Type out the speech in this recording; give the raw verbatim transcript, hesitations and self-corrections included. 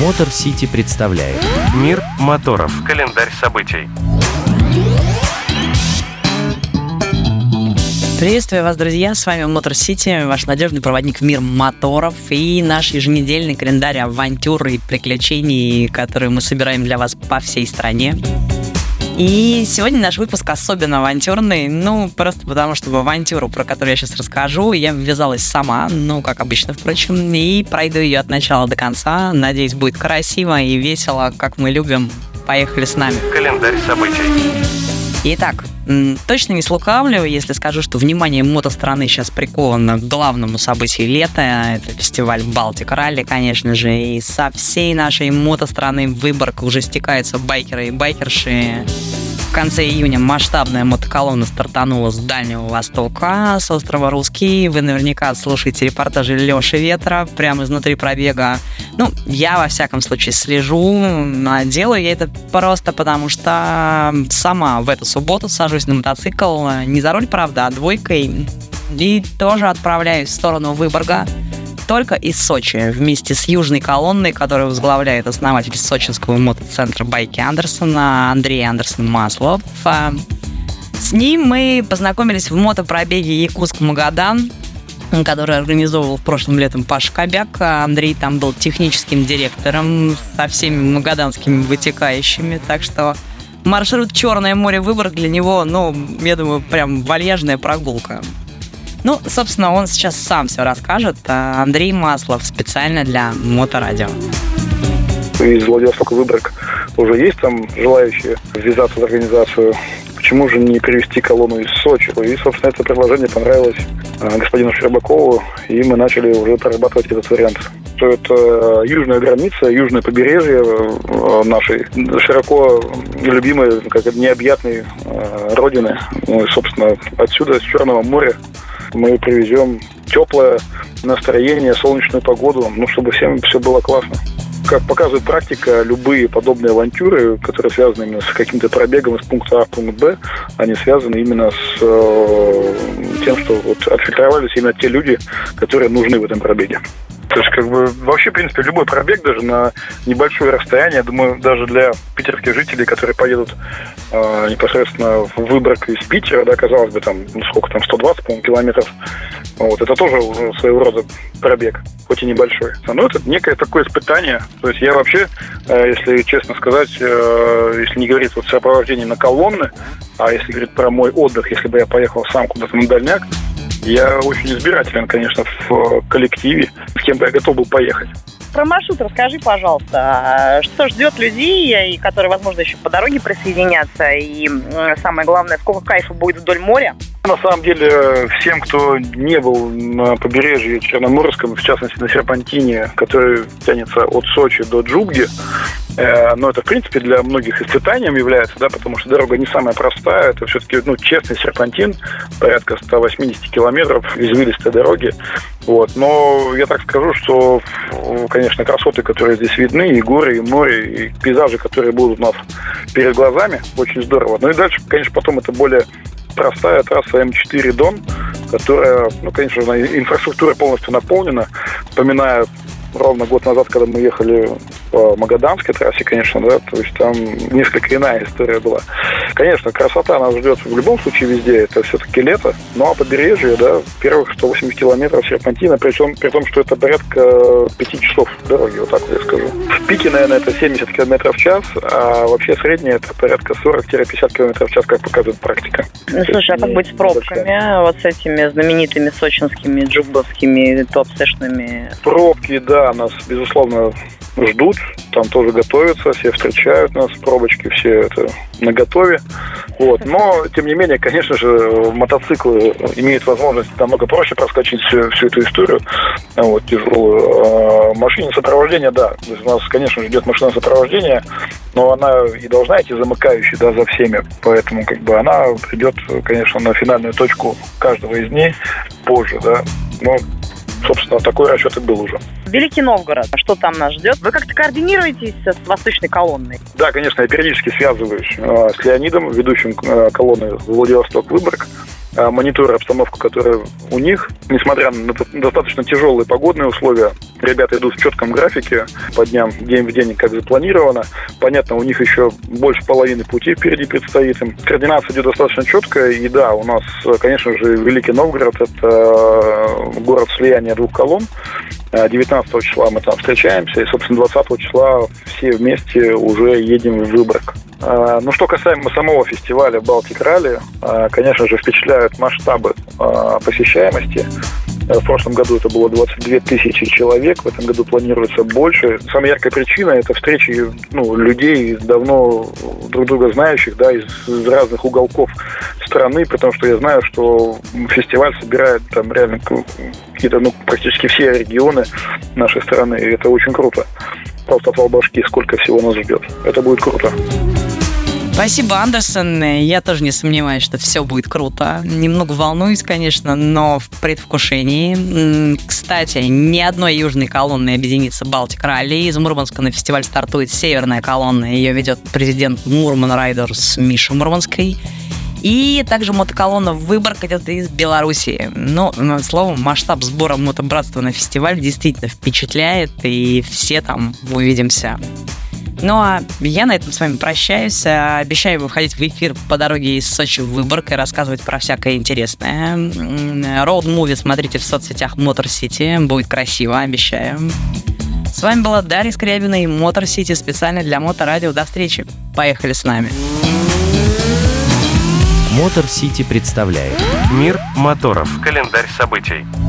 Мотор Сити представляет Мир моторов. Календарь событий. Приветствую вас, друзья! С вами Мотор Сити, ваш надежный проводник в мир моторов и наш еженедельный календарь авантюр и приключений, которые мы собираем для вас по всей стране. И сегодня наш выпуск особенно авантюрный, ну, просто потому что в авантюру, про которую я сейчас расскажу, я ввязалась сама, ну, как обычно, впрочем, и пройду ее от начала до конца. Надеюсь, будет красиво и весело, как мы любим. Поехали с нами. Календарь событий. Итак, точно не слукавлю, если скажу, что внимание мотостраны сейчас приковано к главному событию лета. Это фестиваль Балтик Ралли, конечно же. И со всей нашей мотостраны в Выборг уже стекаются байкеры и байкерши. В конце июня масштабная мотоколонна стартанула с Дальнего Востока, с острова Русский. Вы наверняка слушаете репортажи Лёши Ветра прямо изнутри пробега. Ну, я, во всяком случае, слежу, а делаю я это просто потому, что сама в эту субботу сажусь на мотоцикл, не за руль, правда, а двойкой, и тоже отправляюсь в сторону Выборга, только из Сочи, вместе с южной колонной, которую возглавляет основатель сочинского мотоцентра «Байки Андерсона» Андрей Андерсон Маслов. С ним мы познакомились в мотопробеге Якутск-Магадан, который организовывал прошлым летом Паша Кобяк. Андрей там был техническим директором со всеми магаданскими вытекающими, так что маршрут Черное море-Выборг для него, ну, я думаю, прям вальяжная прогулка. Ну, собственно, он сейчас сам все расскажет. Андрей Маслов специально для Моторадио. Из Владивостока Выборг уже есть там желающие ввязаться в организацию. Почему же не перевести колонну из Сочи? И, собственно, это предложение понравилось господину Щербакову, и мы начали уже прорабатывать этот вариант. Это южная граница, южное побережье нашей широко любимой, как необъятной родины. Ну и, собственно, отсюда, с Черного моря, мы привезем теплое настроение, солнечную погоду, ну, чтобы всем все было классно. Как показывает практика, любые подобные авантюры, которые связаны именно с каким-то пробегом из пункта А в пункт Б, они связаны именно с э, тем, что вот отфильтровались именно те люди, которые нужны в этом пробеге. То есть, как бы, вообще, в принципе, любой пробег, даже на небольшое расстояние, я думаю, даже для питерских жителей, которые поедут э, непосредственно в Выборг из Питера, да, казалось бы, там, ну, сколько там, сто двадцать, по-моему, километров, вот, это тоже своего рода пробег, хоть и небольшой. Но это некое такое испытание. То есть, я вообще, э, если честно сказать, э, если не говорить вот сопровождение на колонны, а если говорить про мой отдых, если бы я поехал сам куда-то на дальняк, я очень избирателен, конечно, в коллективе, с кем бы я готов был поехать. Про маршрут расскажи, пожалуйста. Что ждет людей, которые, возможно, еще по дороге присоединятся? И самое главное, сколько кайфа будет вдоль моря? На самом деле, всем, кто не был на побережье Черноморском, в частности на серпантине, который тянется от Сочи до Джубги, э, но это, в принципе, для многих испытанием является, да, потому что дорога не самая простая, это все-таки, ну, честный серпантин, порядка сто восемьдесят километров извилистой дороги. Вот. Но я так скажу, что, конечно, красоты, которые здесь видны, и горы, и море, и пейзажи, которые будут у нас перед глазами, очень здорово. Ну и дальше, конечно, потом это более простая трасса Эм четыре Дон, которая, ну, конечно, инфраструктура полностью наполнена. Вспоминая ровно год назад, когда мы ехали по Магаданской трассе, конечно, да, то есть там несколько иная история была. Конечно, красота нас ждет в любом случае везде, это все-таки лето, ну а побережье, да, первых сто восемьдесят километров серпантина, причем, при том, что это порядка пяти часов дороги, вот так вот я скажу. В пике, наверное, это семьдесят километров в час, а вообще среднее это порядка сорок-пятьдесят километров в час, как показывает практика. Ну, слушай, а как быть с пробками, большая. Вот с этими знаменитыми сочинскими, джубовскими, топ-сэшными? Пробки, да, нас, безусловно, ждут, там тоже готовятся, все встречают нас, пробочки все это наготове. Вот. Но, тем не менее, конечно же, мотоциклы имеют возможность намного проще проскочить всю, всю эту историю, вот, тяжелую. А машина сопровождения, да, то есть у нас, конечно же, идет машина сопровождения, но она и должна идти замыкающей, да, за всеми, поэтому, как бы, она придет, конечно, на финальную точку каждого из дней позже, да, но, собственно, такой расчет и был уже. Великий Новгород, что там нас ждет? Вы как-то координируетесь с восточной колонной? Да, конечно, я периодически связываюсь э, с Леонидом, ведущим э, колонны Владивосток-Выборг. мониторю обстановку, которая у них. Несмотря на достаточно тяжелые погодные условия, ребята идут в четком графике по дням, день в день, как запланировано. Понятно, у них еще больше половины пути впереди предстоит им. Координация идет достаточно четкая. И да, у нас, конечно же, Великий Новгород – это город слияния двух колонн. девятнадцатого числа мы там встречаемся, и, собственно, двадцатого числа все вместе уже едем в Выборг. Ну, что касаемо самого фестиваля Baltic Rally, конечно же, впечатляют масштабы посещаемости. В прошлом году это было двадцать две тысячи человек, в этом году планируется больше. Самая яркая причина – это встречи ну, людей, давно друг друга знающих, да, из, из разных уголков страны, потому что я знаю, что фестиваль собирает там реально какие-то, ну, практически все регионы нашей страны, и это очень круто. Просто отвал башки, сколько всего нас ждет. Это будет круто. Спасибо, Андерсон. Я тоже не сомневаюсь, что все будет круто. Немного волнуюсь, конечно, но в предвкушении. Кстати, ни одной южной колонны объединится Baltic Rally. Из Мурманска на фестиваль стартует северная колонна. Ее ведет президент Мурман Райдерс Миша Мурманский. И также мотоколонна «Выборг» идет из Белоруссии. Ну, словом, масштаб сбора мотобратства на фестиваль действительно впечатляет, и все там увидимся. Ну а я на этом с вами прощаюсь. Обещаю выходить в эфир по дороге из Сочи в Выборг и рассказывать про всякое интересное. Роуд-муви смотрите в соцсетях Motor City. Будет красиво, обещаю. С вами была Дарья Скрябина и Motor City специально для Моторадио. До встречи. Поехали с нами. Motor City представляет Мир моторов. Календарь событий.